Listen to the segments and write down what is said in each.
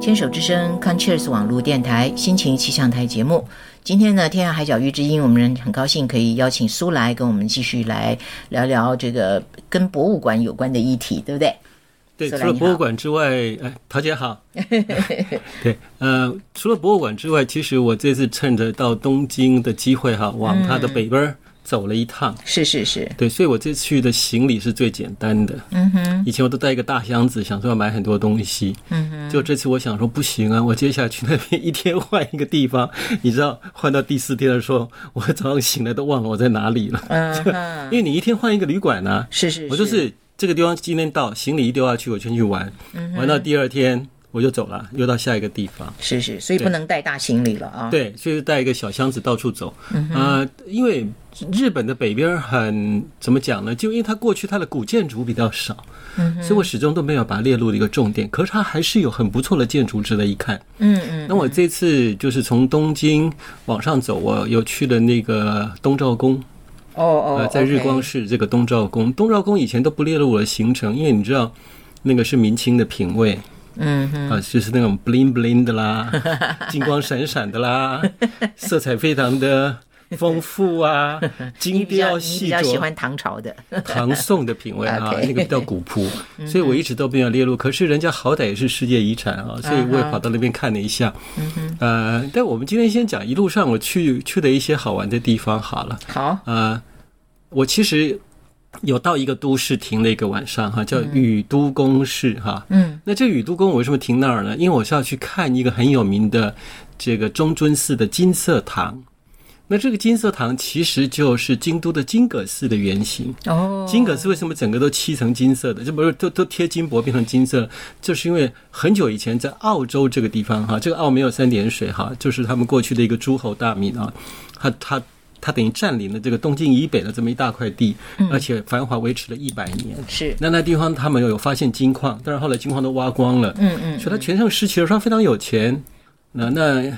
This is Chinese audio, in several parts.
牵手之声 Concheers 网络电台心情气象台节目，今天呢天涯海角遇知音，我们很高兴可以邀请苏来跟我们继续来聊聊这个跟博物馆有关的议题，对不对？ 对，除了博物馆之外，陶姐好。对，除了博物馆之外，其实我这次趁着到东京的机会哈，往它的北边走了一趟。 是。 对，所以我这次去的行李是最简单的。以前我都带一个大箱子，想说要买很多东西。就这次我想说不行啊，我接下来去那边一天换一个地方，你知道，换到第4天的时候，我早上醒来都忘了我在哪里了。因为你一天换一个旅馆啊。是。我就是这个地方今天到，行李一丢下去，我就去玩，玩到第2天我就走了，又到下一个地方。 是，所以不能带大行李了啊。 对，所以带一个小箱子到处走。因为日本的北边很怎么讲呢？就因为它过去它的古建筑比较少，所以我始终都没有把它列入一个重点。可是它还是有很不错的建筑值得一看。那我这次就是从东京往上走，我有去了那个东照宫。在日光市这个东照宫，东照宫以前都不列入我的行程，因为你知道那个是明清的品味。就是那种 bling bling 的啦，金光闪闪的啦，色彩非常的丰富啊，精雕细琢。你比较喜欢唐朝的，唐宋的品味啊，那个比较古朴，所以我一直都没有列入。可是人家好歹也是世界遗产啊，所以我也跑到那边看了一下。但我们今天先讲一路上我去的一些好玩的地方好了。好，我其实有到一个都市停了一个晚上哈，叫宇都宫市哈。那这宇都宫我为什么停那儿呢？因为我是要去看一个很有名的这个中尊寺的金色堂。那这个金色堂其实就是京都的金阁寺的原型。金阁寺为什么整个都漆成金色的？这不是都贴金箔变成金色？就是因为很久以前在澳洲这个地方哈，这个澳没有3点水哈，就是他们过去的一个诸侯大名啊，他等于占领了这个东京以北的这么一大块地，而且繁华维持了100年。是，那地方他们有发现金矿，但是后来金矿都挖光了。所以他全盛时期的时候非常有钱。那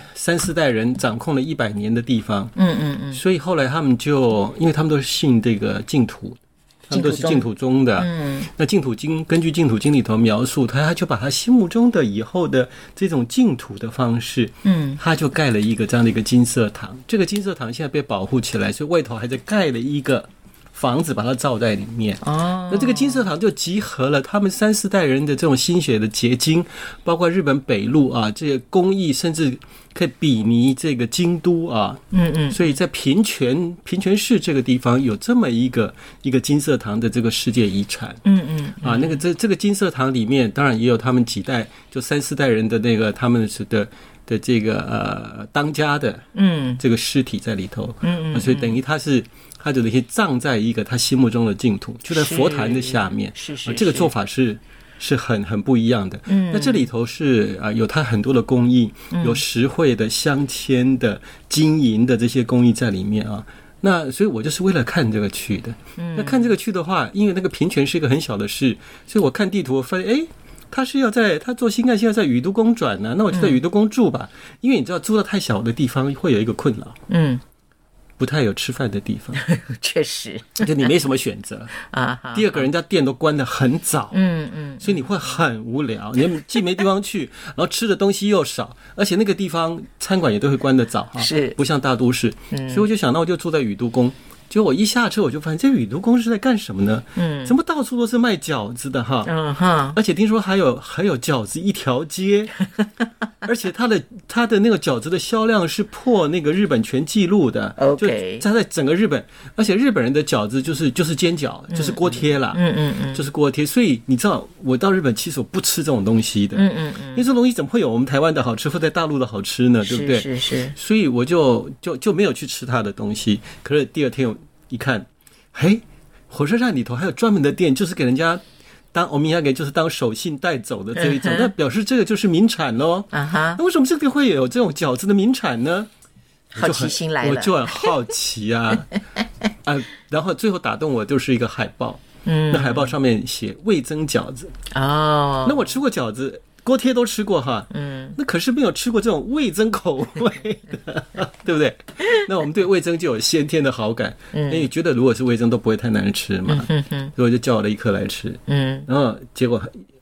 3、4代人掌控了100年的地方。所以后来他们就，因为他们都是信这个净土。他们都是净土宗的。那净土经根据净土经里头描述，他就把他心目中的以后的这种净土的方式，他就盖了一个这样的一个金色堂。这个金色堂现在被保护起来，所以外头还在盖了一个房子把它罩在里面。那这个金色堂就集合了他们3、4代人的这种心血的结晶，包括日本北陆啊这些工艺，甚至可以比拟这个京都啊。所以在平泉市这个地方有这么一个金色堂的这个世界遗产。那个这个金色堂里面当然也有他们几代就3、4代人的那个他们的这个当家的这个尸体在里头。所以等于他就等于葬在一个他心目中的净土，就在佛坛的下面。这个做法是很不一样的。那这里头是有它很多的工艺，有石绘的、镶嵌的、金银的这些工艺在里面啊。那所以我就是为了看这个去的。那看这个去的话，因为那个平泉是一个很小的市，所以我看地图我发现他坐新干线要在宇都宫转呢，那我就在宇都宫住吧。因为你知道住到太小的地方会有一个困扰。不太有吃饭的地方。 确实， 就你没什么选择啊。第二个，人家店都关得很早。所以你会很无聊，你既没地方去，然后吃的东西又少，而且那个地方餐馆也都会关得早啊，是不像大都市。所以我就想到，我就住在宇都宫。结果我一下车我就发现这宇都宫是在干什么呢？怎么到处都是卖饺子的哈？而且听说还有饺子一条街，而且它的那个饺子的销量是破那个日本全纪录的。就它在整个日本，而且日本人的饺子就是煎饺，就是锅贴啦。就是锅贴。所以你知道我到日本其实我不吃这种东西的。因为这种东西怎么会有我们台湾的好吃或在大陆的好吃呢？对不对？是。所以我就没有去吃它的东西。可是第二天一看，火车站里头还有专门的店，就是给人家当欧米亚给，就是当手信带走的这一种，那表示这个就是名产咯。那为什么这个会有这种饺子的名产呢？ 好奇心来了， 我就很好奇啊。然后最后打动我就是一个海报。那海报上面写味噌饺子。那我吃过饺子，锅贴都吃过哈。那可是没有吃过这种味噌口味的，对不对？那我们对味噌就有先天的好感。因为觉得如果是味噌都不会太难吃嘛。所以我就叫了一颗来吃。然后结果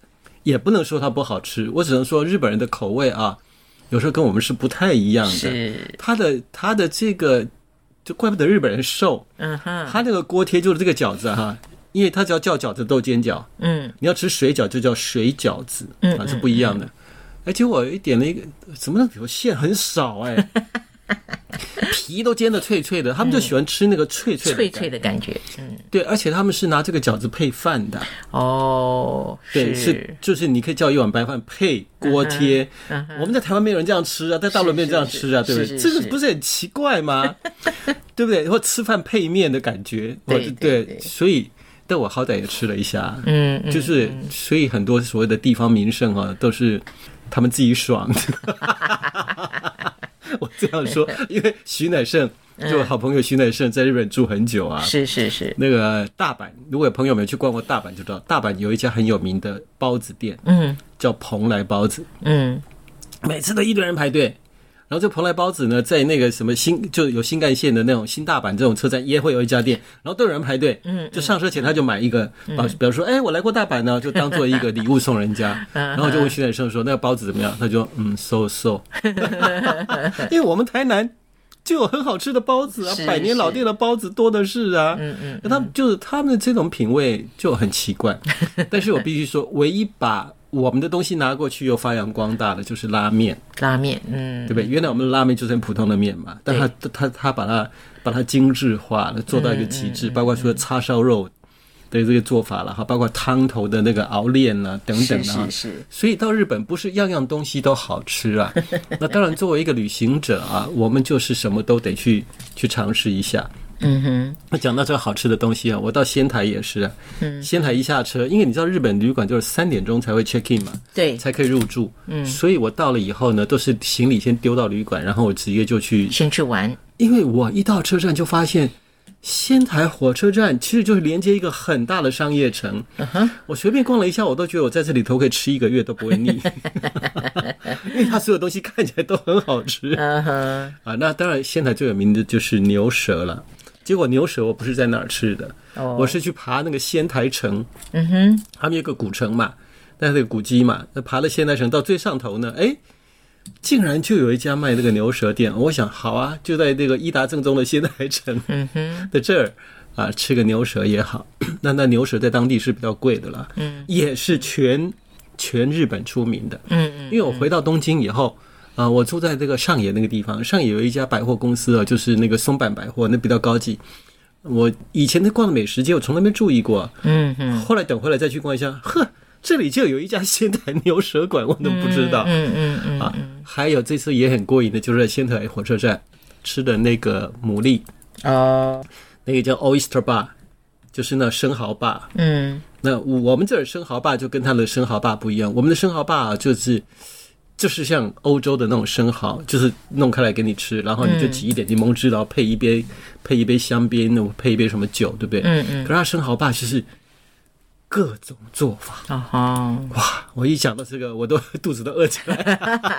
也不能说它不好吃，我只能说日本人的口味啊，有时候跟我们是不太一样的。 是它的这个，就怪不得日本人瘦。他那个锅贴就是这个饺子哈，因为它只要叫饺子豆煎饺，你要吃水饺就叫水饺子，是不一样的。结果我点了一个，怎么有馅很少皮都煎得脆脆的，他们就喜欢吃那个脆的感觉。 对，而且他们是拿这个饺子配饭的。对，就是你可以叫一碗白饭配锅贴。我们在台湾没有人这样吃啊，在大陆没有这样吃啊，对不对？这个不是很奇怪吗？对不对？或吃饭配面的感觉。对，所以。但我好歹也吃了一下，就是所以很多所谓的地方名胜啊，都是他们自己爽的。我这样说，因为徐乃盛，就我好朋友徐乃盛在日本住很久啊。 是。 那个大阪，如果有朋友们去逛过大阪，就知道大阪有一家很有名的包子店，叫蓬莱包子，每次都一堆人排队。然后这蓬莱包子呢，在那个什么就有新干线的那种新大阪这种车站也会有一家店，然后都有人排队，就上车前他就买一个，比如说我来过大阪呢，就当做一个礼物送人家。然后就问徐乃盛说那个包子怎么样，他就so 因为我们台南就有很好吃的包子啊，百年老店的包子多的是啊。他们的这种品味就很奇怪。但是我必须说，唯一把我们的东西拿过去又发扬光大的就是拉面，对不对？原来我们的拉面就是很普通的面嘛，但他把它精致化了，做到一个极致，包括说叉烧肉的这个做法了哈，包括汤头的那个熬炼啊等等啊。 是。 所以到日本不是样样东西都好吃啊。那当然，作为一个旅行者啊，我们就是什么都得去尝试一下。那讲到这个好吃的东西啊，我到仙台也是啊。仙台一下车，因为你知道日本旅馆就是3点钟才会 check in 嘛， 对， 才可以入住。所以我到了以后呢，都是行李先丢到旅馆，然后我直接就先去玩。 因为我一到车站就发现，仙台火车站其实就是连接一个很大的商业城。我随便逛了一下，我都觉得我在这里头可以吃1个月都不会腻。因为它所有东西看起来都很好吃。那当然仙台最有名的就是牛舌了。结果牛舌我不是在哪儿吃的，我是去爬那个仙台城。他们有个古城嘛，那个古迹嘛，那爬了仙台城到最上头呢，竟然就有一家卖那个牛舌店。我想好啊，就在这个伊达正宗的仙台城的这儿啊，吃个牛舌也好。那牛舌在当地是比较贵的啦，也是全日本出名的。因为我回到东京以后。我住在这个上野那个地方，上野有一家百货公司啊，就是那个松坂百货，那比较高级。我以前在逛的美食街，我从来没注意过。后来等回来再去逛一下，这里就有一家仙台牛舌馆，我都不知道。还有这次也很过瘾的，就是在仙台火车站吃的那个牡蛎。那个叫 Oyster Bar， 就是那生蚝霸。那我们这儿生蚝霸就跟他的生蚝霸不一样，我们的生蚝霸就是像欧洲的那种生蚝，就是弄开来给你吃，然后你就挤一点柠檬汁，然后配一杯香槟，配一杯什么酒，对不对？可是它生蚝霸就是各种做法。哇！我一想到这个，我都肚子都饿起来。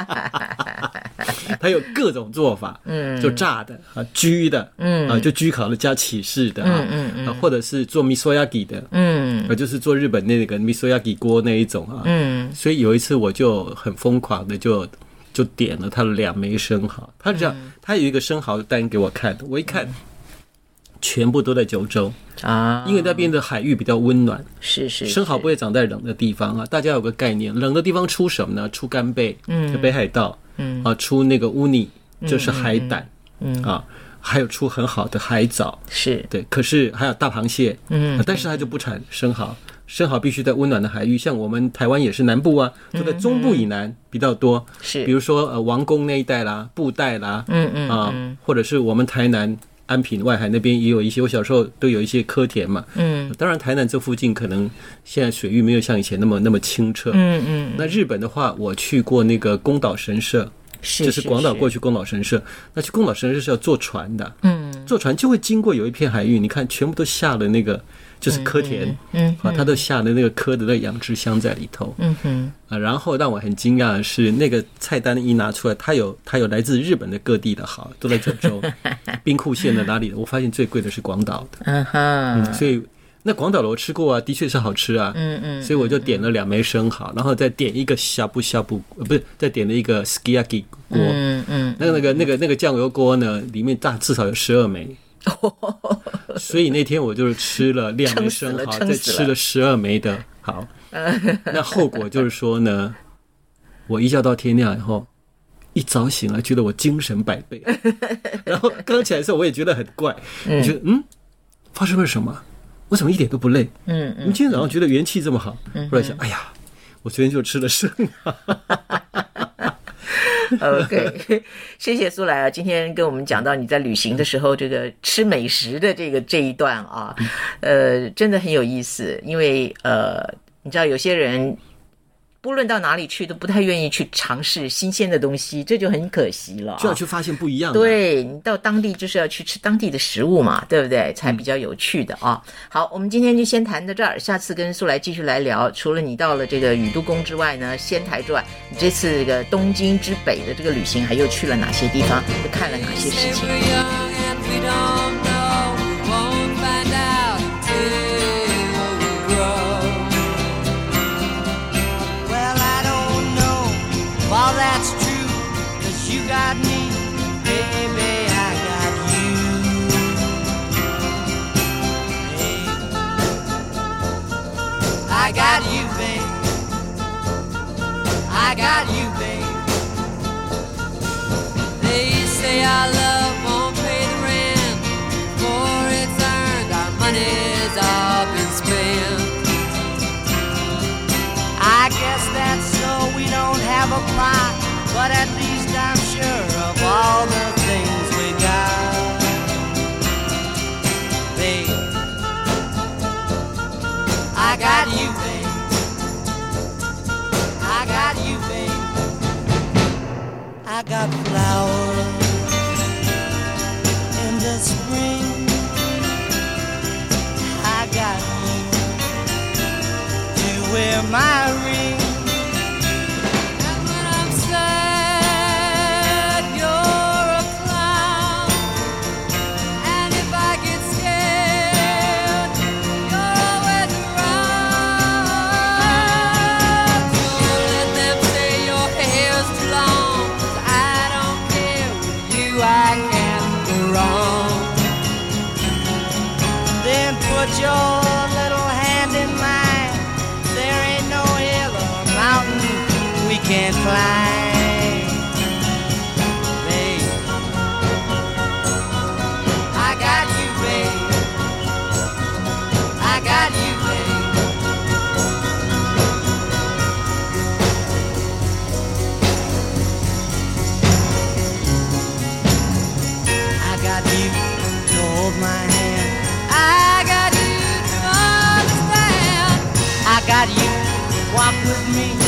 它有各种做法，就炸的啊，焗的，就焗烤的加起司的啊，或者是做 misoyaki 的，就是做日本那个 misoyaki 锅那一种啊，所以有一次我就很疯狂的就点了它的2枚生蚝，它有一个生蚝单给我看，我一看，全部都在九州。因为那边的海域比较温暖， 是生蚝不会长在冷的地方啊。大家有个概念，冷的地方出什么呢？出干贝，北海道，出那个乌尼，就是海胆，还有出很好的海藻， 是对。 可是还有大螃蟹，但是它就不产生蚝，生蚝必须在温暖的海域，像我们台湾也是南部啊，都在中部以南比较多， 是， 比如说王宫那一带啦，布袋啦，或者是我们台南。安平外海那边也有一些，我小时候都有一些蚵田嘛。当然台南这附近可能现在水域没有像以前那么清澈。那日本的话，我去过那个宫岛神社，就是广岛过去宫岛神社。那去宫岛神社是要坐船的，坐船就会经过有一片海域，你看全部都下了那个就是蚵田，它都下了那个蚵的那个养殖箱在里头。然后让我很惊讶的是，那个菜单一拿出来，它有来自日本的各地的好，都在九州，兵库县的哪里的？我发现最贵的是广岛的。所以那广岛我吃过啊，的确是好吃啊，所以我就点了2枚生蚝，然后再点一个呷哺呷哺，不是，再点了一个 sukiyaki 锅，那个酱油锅呢，里面至少有12枚。所以那天我就是吃了2枚生蚝，再吃了12枚的蚝。那后果就是说呢，我一觉到天亮以后，一早醒来觉得我精神100倍，然后刚起来的时候我也觉得很怪，你觉得发生了什么？我怎么一点都不累？你今天早上觉得元气这么好，后来想，哎呀，我昨天就吃了生蚝。 OK， 谢谢苏来啊，今天跟我们讲到你在旅行的时候这个吃美食的这一段啊，真的很有意思，因为你知道有些人不论到哪里去都不太愿意去尝试新鲜的东西，这就很可惜了， 就要去发现不一样的。 对，你到当地就是要去吃当地的食物嘛，对不对？才比较有趣的啊。好，我们今天就先谈到这儿，下次跟苏来继续来聊。除了你到了这个宇都宫之外呢，仙台之外，你这次这个东京之北的这个旅行，还又去了哪些地方？又看了哪些事情？ All that's true, 'cause you got me, baby, I got you. Hey, I got you, babe. I got you, babe. They say our love won't pay the rent, for it's earned, our money's all been spent. I guess that's so we don't have a plot, but at least I'm sure of all the things we got. Babe, I got you, babe. I got you, babe. I got flowers in the spring. I got you to wear my ring. Put your little hand in mine. There ain't no hill or mountain we can't climb. Babe, I got you, babe. I got you, babe. I got you to hold my hand. I got you, walk with me.